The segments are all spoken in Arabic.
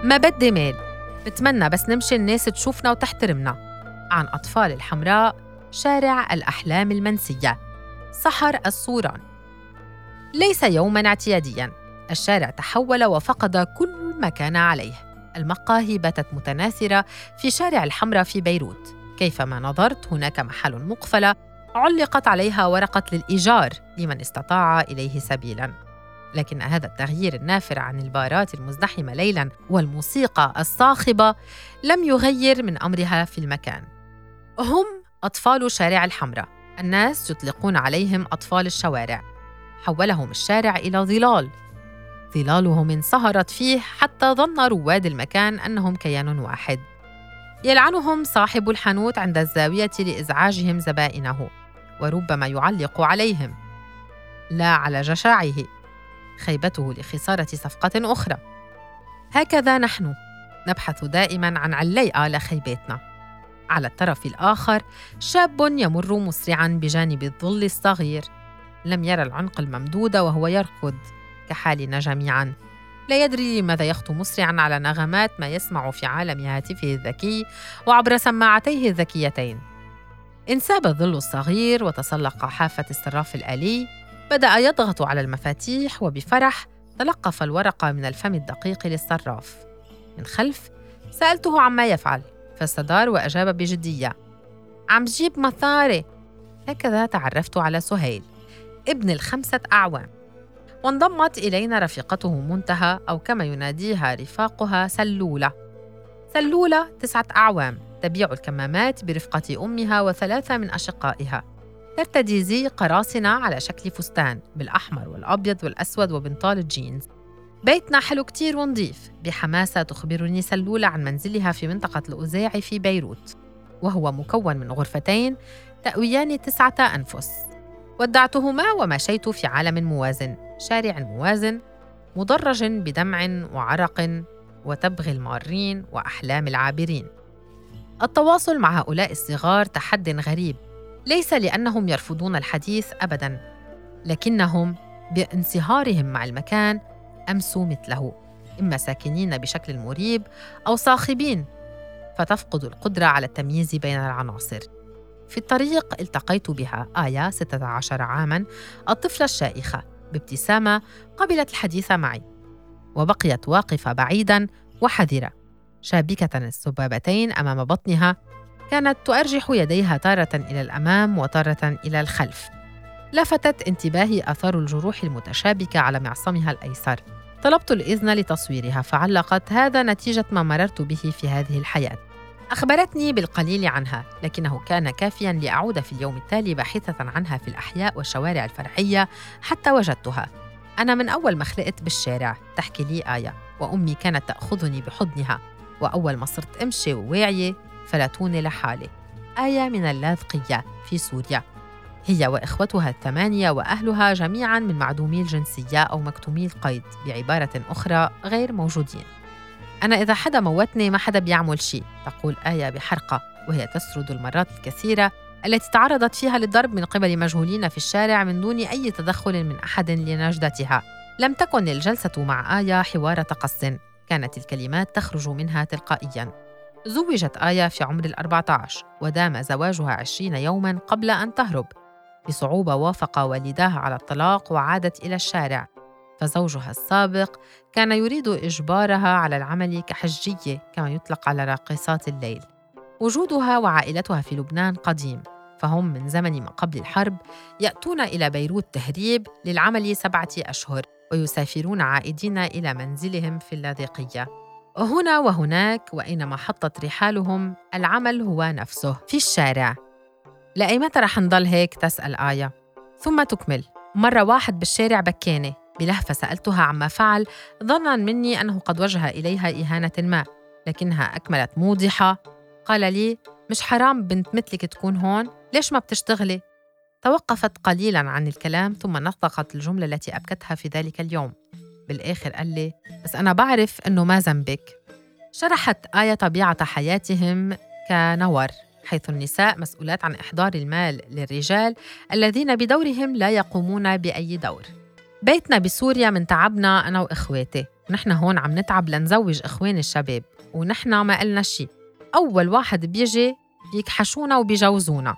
ما بدي مال، بتمنى بس نمشي الناس تشوفنا وتحترمنا. عن أطفال الحمراء، شارع الأحلام المنسية، سحر الصوران. ليس يوماً اعتيادياً، الشارع تحول وفقد كل ما كان عليه. المقاهي باتت متناثرة في شارع الحمراء في بيروت. كيفما نظرت هناك محل مقفلة علقت عليها ورقة للإيجار لمن استطاع إليه سبيلاً. لكن هذا التغيير النافر عن البارات المزدحمة ليلاً والموسيقى الصاخبة لم يغير من أمرها في المكان. هم أطفال شارع الحمراء، الناس يطلقون عليهم أطفال الشوارع. حولهم الشارع إلى ظلالهم انصهرت فيه حتى ظن رواد المكان أنهم كيان واحد. يلعنهم صاحب الحانوت عند الزاوية لإزعاجهم زبائنه، وربما يعلق عليهم لا على جشاعه، خيبته لخسارة صفقة أخرى. هكذا نحن نبحث دائماً عن علي آل خيبتنا. على الطرف الآخر شاب يمر مسرعاً بجانب الظل الصغير، لم يرى العنق الممدود وهو يركض كحالنا جميعاً. لا يدري لماذا يخطو مسرعاً على نغمات ما يسمع في عالم هاتفه الذكي وعبر سماعتيه الذكيتين. انساب الظل الصغير وتسلق حافة الصراف الآلي، بدأ يضغط على المفاتيح، وبفرح تلقف الورقة من الفم الدقيق للصراف. من خلف سألته عما يفعل، فاستدار وأجاب بجدية: عم جيب مصاري. هكذا تعرفت على سهيل، ابن ال5 أعوام. وانضمت إلينا رفيقته منتهى، أو كما يناديها رفاقها سلولة. سلولة 9 أعوام، تبيع الكمامات برفقة أمها و3 من أشقائها. ترتدي زي قراصنة على شكل فستان بالأحمر والأبيض والأسود وبنطال الجينز. بيتنا حلو كتير ونظيف. بحماسة تخبرني سلولة عن منزلها في منطقة الأزاعي في بيروت، وهو مكون من غرفتين تأويان 9 أنفس. ودعتهما ومشيت في عالم موازن، شارع موازن مدرج بدمع وعرق وتبغي المارين وأحلام العابرين. التواصل مع هؤلاء الصغار تحد غريب، ليس لأنهم يرفضون الحديث أبداً، لكنهم بانصهارهم مع المكان أمسوا مثله، إما ساكنين بشكل مريب أو صاخبين، فتفقد القدرة على التمييز بين العناصر. في الطريق التقيت بها آية 16 عاماً، الطفلة الشائخة، بابتسامة قبلت الحديث معي، وبقيت واقفة بعيداً وحذرة، شابكة السبابتين أمام بطنها. كانت تؤرجح يديها تارة إلى الأمام وتارة إلى الخلف. لفتت انتباهي آثار الجروح المتشابكة على معصمها الأيسر. طلبت الإذن لتصويرها، فعلقت: هذا نتيجة ما مررت به في هذه الحياة. أخبرتني بالقليل عنها، لكنه كان كافياً لأعود في اليوم التالي باحثة عنها في الأحياء والشوارع الفرعية حتى وجدتها. أنا من أول ما خلقت بالشارع، تحكي لي آية، وأمي كانت تأخذني بحضنها، وأول ما صرت أمشي وواعية فلتوني لحالي. آية من اللاذقية في سوريا، هي وإخوتها 8 وأهلها جميعاً من معدومي الجنسية أو مكتومي القيد، بعبارة أخرى غير موجودين. أنا إذا حدا موتني ما حدا بيعمل شيء، تقول آية بحرقة، وهي تسرد المرات الكثيرة التي تعرضت فيها للضرب من قبل مجهولين في الشارع من دون أي تدخل من أحد لنجدتها. لم تكن الجلسة مع آية حوار تقص، كانت الكلمات تخرج منها تلقائياً. زوجت آية في عمر 14، ودام زواجها 20 يوماً قبل أن تهرب. بصعوبة وافق والداها على الطلاق وعادت إلى الشارع، فزوجها السابق كان يريد إجبارها على العمل كحجية، كما يطلق على راقصات الليل. وجودها وعائلتها في لبنان قديم، فهم من زمن ما قبل الحرب يأتون إلى بيروت تهريب للعمل 7 أشهر، ويسافرون عائدين إلى منزلهم في اللاذقية. هنا وهناك وأينما حطت رحالهم، العمل هو نفسه في الشارع. لأي متى رح نضل هيك؟ تسأل آية، ثم تكمل: مرة واحد بالشارع بكاني بلهفة، سألتها عما فعل ظناً مني أنه قد وجه إليها إهانة ما، لكنها أكملت موضحة: قال لي: مش حرام بنت مثلك تكون هون؟ ليش ما بتشتغلي؟ توقفت قليلاً عن الكلام ثم نطقت الجملة التي أبكتها في ذلك اليوم. بالآخر قال لي: بس أنا بعرف أنه ما ذنبك. شرحت آية طبيعة حياتهم كنور، حيث النساء مسؤولات عن إحضار المال للرجال الذين بدورهم لا يقومون بأي دور. بيتنا بسوريا من تعبنا أنا وإخواتي، ونحن هون عم نتعب لنزوج إخوان الشباب ونحن ما قلنا شي. أول واحد بيجي بيكحشونا وبيجوزونا.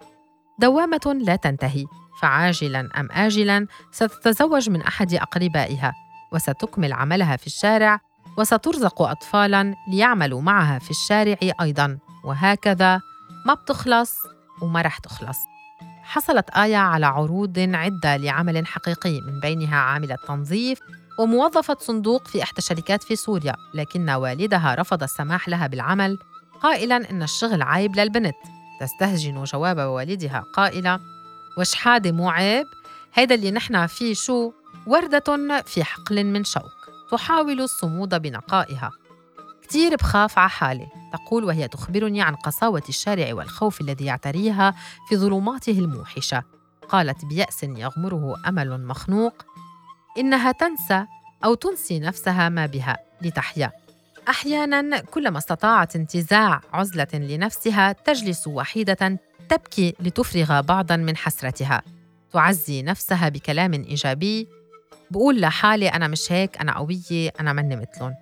دوامة لا تنتهي، فعاجلاً أم آجلاً ستتزوج من أحد أقربائها وستكمل عملها في الشارع وسترزق أطفالاً ليعملوا معها في الشارع أيضاً، وهكذا ما بتخلص وما رح تخلص. حصلت آية على عروض عدة لعمل حقيقي، من بينها عاملة تنظيف وموظفة صندوق في إحدى الشركات في سوريا، لكن والدها رفض السماح لها بالعمل قائلاً إن الشغل عيب للبنت. تستهجن جواب والدها قائلة: وش حادي مو عيب؟ هيدا اللي نحن فيه شو؟ وردة في حقل من شوك تحاول الصمود بنقائها. كتير بخاف على حالي، تقول وهي تخبرني عن قساوة الشارع والخوف الذي يعتريها في ظلماته الموحشة. قالت بيأس يغمره أمل مخنوق إنها تنسى أو تنسي نفسها ما بها لتحيا. أحياناً كلما استطاعت انتزاع عزلة لنفسها تجلس وحيدة تبكي لتفرغ بعضاً من حسرتها. تعزي نفسها بكلام إيجابي: بقول لحالي أنا مش هيك، أنا قوية، أنا مني مثلهم.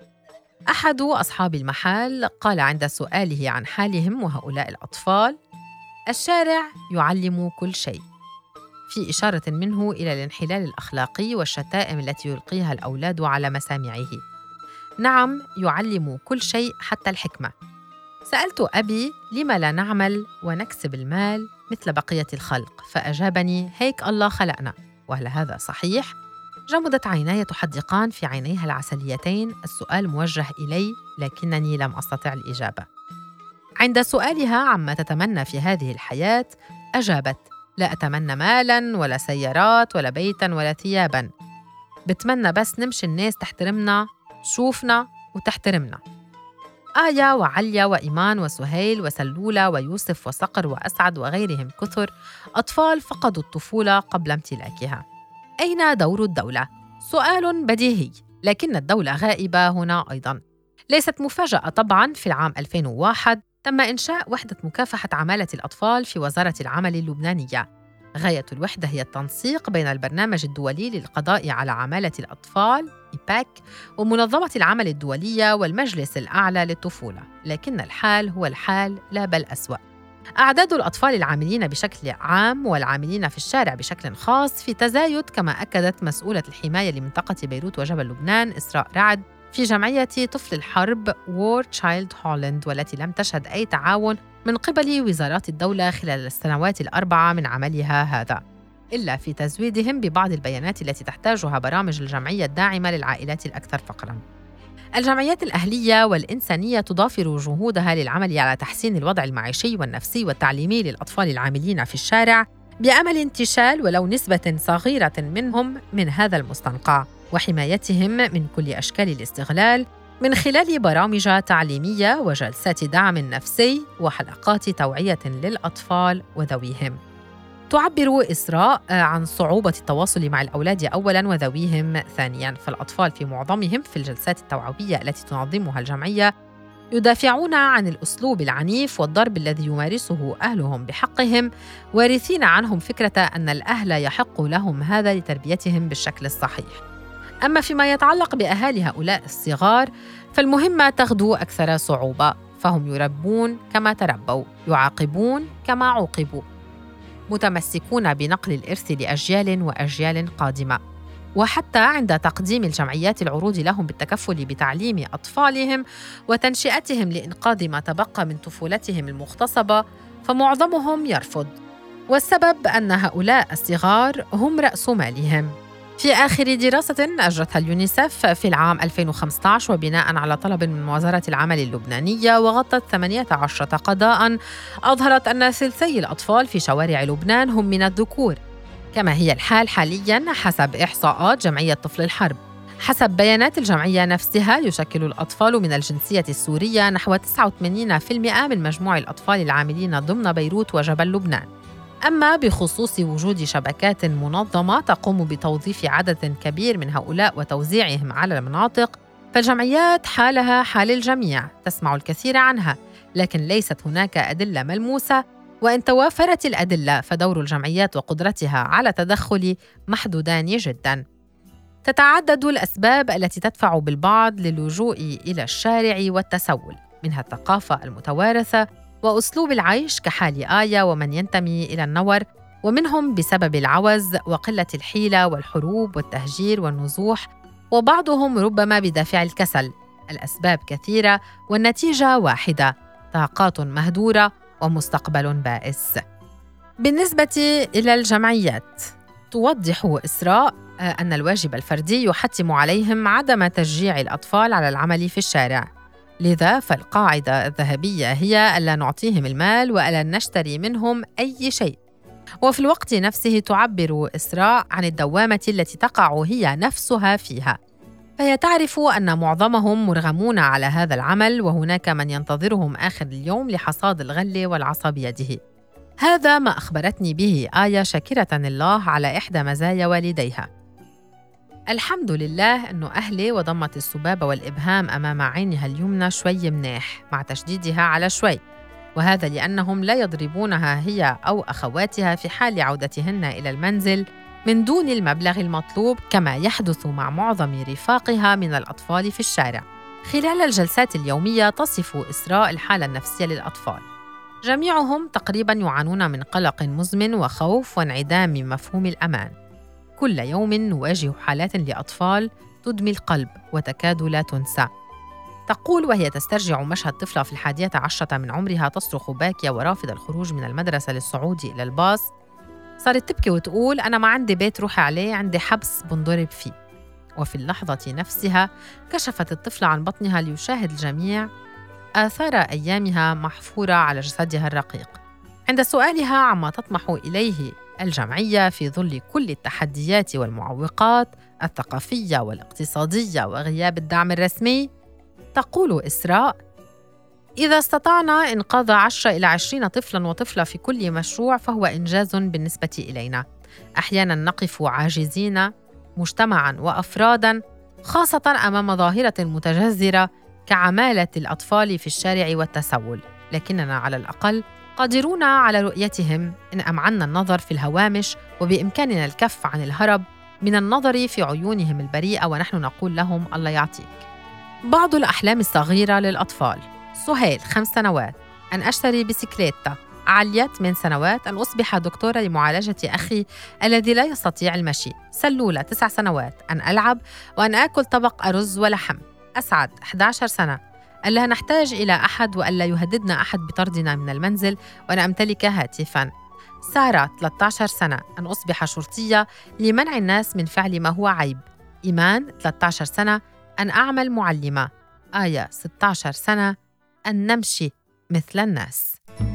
أحد أصحاب المحل قال عند سؤاله عن حالهم وهؤلاء الأطفال: الشارع يعلم كل شيء، في إشارة منه إلى الانحلال الأخلاقي والشتائم التي يلقيها الأولاد على مسامعه. نعم، يعلم كل شيء حتى الحكمة. سألت أبي: لما لا نعمل ونكسب المال مثل بقية الخلق؟ فأجابني: هيك الله خلقنا. وهل هذا صحيح؟ جمدت عيناي تحدقان في عينيها العسليتين. السؤال موجه إلي لكنني لم أستطع الإجابة. عند سؤالها عما تتمنى في هذه الحياة أجابت: لا أتمنى مالاً ولا سيارات ولا بيتاً ولا ثياباً، بتمنى بس نمشي الناس تحترمنا، تشوفنا وتحترمنا. آية وعليا وإيمان وسهيل وسلولة ويوسف وصقر وأسعد وغيرهم كثر أطفال فقدوا الطفولة قبل امتلاكها. أين دور الدولة؟ سؤال بديهي، لكن الدولة غائبة هنا أيضاً. ليست مفاجأة طبعاً. في العام 2001 تم إنشاء وحدة مكافحة عمالة الأطفال في وزارة العمل اللبنانية. غاية الوحدة هي التنسيق بين البرنامج الدولي للقضاء على عمالة الأطفال إيباك ومنظمة العمل الدولية والمجلس الأعلى للطفولة، لكن الحال هو الحال لا بل أسوأ. أعداد الأطفال العاملين بشكل عام والعاملين في الشارع بشكل خاص في تزايد، كما أكدت مسؤولة الحماية لمنطقة بيروت وجبل لبنان إسراء رعد في جمعية طفل الحرب War Child Holland، والتي لم تشهد أي تعاون من قبل وزارات الدولة خلال السنوات الأربعة من عملها هذا، إلا في تزويدهم ببعض البيانات التي تحتاجها برامج الجمعية الداعمة للعائلات الأكثر فقراً. الجمعيات الأهلية والإنسانية تضافر جهودها للعمل على تحسين الوضع المعيشي والنفسي والتعليمي للأطفال العاملين في الشارع بأمل انتشال ولو نسبة صغيرة منهم من هذا المستنقع، وحمايتهم من كل أشكال الاستغلال من خلال برامج تعليمية وجلسات دعم نفسي وحلقات توعية للأطفال وذويهم. تعبر إسراء عن صعوبة التواصل مع الأولاد أولاً وذويهم ثانياً، فالأطفال في معظمهم في الجلسات التوعوية التي تنظمها الجمعية يدافعون عن الأسلوب العنيف والضرب الذي يمارسه أهلهم بحقهم، وارثين عنهم فكرة أن الأهل يحق لهم هذا لتربيتهم بالشكل الصحيح. أما فيما يتعلق بأهالي هؤلاء الصغار فالمهمة تغدو أكثر صعوبة، فهم يربون كما تربوا، يعاقبون كما عوقبوا، متمسكون بنقل الإرث لأجيال وأجيال قادمة. وحتى عند تقديم الجمعيات العروض لهم بالتكفل بتعليم أطفالهم وتنشئتهم لإنقاذ ما تبقى من طفولتهم المغتصبة فمعظمهم يرفض، والسبب أن هؤلاء الصغار هم رأس مالهم. في آخر دراسة أجرتها اليونيسف في العام 2015 وبناء على طلب من وزارة العمل اللبنانية وغطت 18 قضاءً، أظهرت أن ثلثي الأطفال في شوارع لبنان هم من الذكور، كما هي الحال حالياً حسب إحصاءات جمعية طفل الحرب. حسب بيانات الجمعية نفسها يشكل الأطفال من الجنسية السورية نحو 89% من مجموع الأطفال العاملين ضمن بيروت وجبل لبنان. أما بخصوص وجود شبكات منظمة تقوم بتوظيف عدد كبير من هؤلاء وتوزيعهم على المناطق، فالجمعيات حالها حال الجميع، تسمع الكثير عنها، لكن ليست هناك أدلة ملموسة، وإن توافرت الأدلة فدور الجمعيات وقدرتها على التدخل محدودان جداً. تتعدد الأسباب التي تدفع بالبعض للجوء إلى الشارع والتسول، منها الثقافة المتوارثة وأسلوب العيش كحال آية ومن ينتمي إلى النور، ومنهم بسبب العوز وقلة الحيلة والحروب والتهجير والنزوح، وبعضهم ربما بدافع الكسل. الأسباب كثيرة والنتيجة واحدة: طاقات مهدورة ومستقبل بائس. بالنسبة إلى الجمعيات، توضح إسراء أن الواجب الفردي يحتم عليهم عدم تشجيع الأطفال على العمل في الشارع، لذا فالقاعدة الذهبية هي ألا نعطيهم المال وألا نشتري منهم أي شيء. وفي الوقت نفسه تعبر إسراء عن الدوامة التي تقع هي نفسها فيها، فهي تعرف أن معظمهم مرغمون على هذا العمل، وهناك من ينتظرهم آخر اليوم لحصاد الغل والعصا بيده. هذا ما أخبرتني به آية شاكرة الله على إحدى مزايا والديها: الحمد لله أنه أهلي وضمت السبابة والإبهام أمام عينها اليمنى شوي منيح مع تشديدها على شوي، وهذا لأنهم لا يضربونها هي أو أخواتها في حال عودتهن إلى المنزل من دون المبلغ المطلوب، كما يحدث مع معظم رفاقها من الأطفال في الشارع. خلال الجلسات اليومية تصف إسراء الحالة النفسية للأطفال. جميعهم تقريباً يعانون من قلق مزمن وخوف وانعدام مفهوم الأمان. كل يوم نواجه حالات لأطفال تدمي القلب وتكاد لا تنسى. تقول وهي تسترجع مشهد طفلة في 11 من عمرها تصرخ باكية ورافضة الخروج من المدرسة للصعود إلى الباص. صارت تبكي وتقول: أنا ما عندي بيت روحي عليه، عندي حبس بنضرب فيه. وفي اللحظة نفسها كشفت الطفلة عن بطنها ليشاهد الجميع آثار أيامها محفورة على جسدها الرقيق. عند سؤالها عما تطمح إليه الجمعية في ظل كل التحديات والمعوقات الثقافية والاقتصادية وغياب الدعم الرسمي، تقول إسراء: إذا استطعنا إنقاذ 10 إلى 20 طفلاً وطفلة في كل مشروع فهو إنجاز بالنسبة إلينا. أحياناً نقف عاجزين مجتمعاً وأفراداً، خاصة أمام ظاهرة متجذرة كعمالة الأطفال في الشارع والتسول، لكننا على الأقل قادرون على رؤيتهم إن أمعنا النظر في الهوامش، وبإمكاننا الكف عن الهرب من النظر في عيونهم البريئة ونحن نقول لهم الله يعطيك. بعض الأحلام الصغيرة للأطفال: سهيل 5 سنوات أن أشتري بسكليتة. عليا 8 سنوات أن أصبح دكتورة لمعالجة أخي الذي لا يستطيع المشي. سلولة 9 سنوات أن ألعب وأن آكل طبق أرز ولحم. أسعد 11 سنة أن لا نحتاج إلى أحد وأن لا يهددنا أحد بطردنا من المنزل وأن أمتلك هاتفاً. سارة 13 سنة أن أصبح شرطية لمنع الناس من فعل ما هو عيب. إيمان 13 سنة أن أعمل معلمة. آية 16 سنة أن نمشي مثل الناس.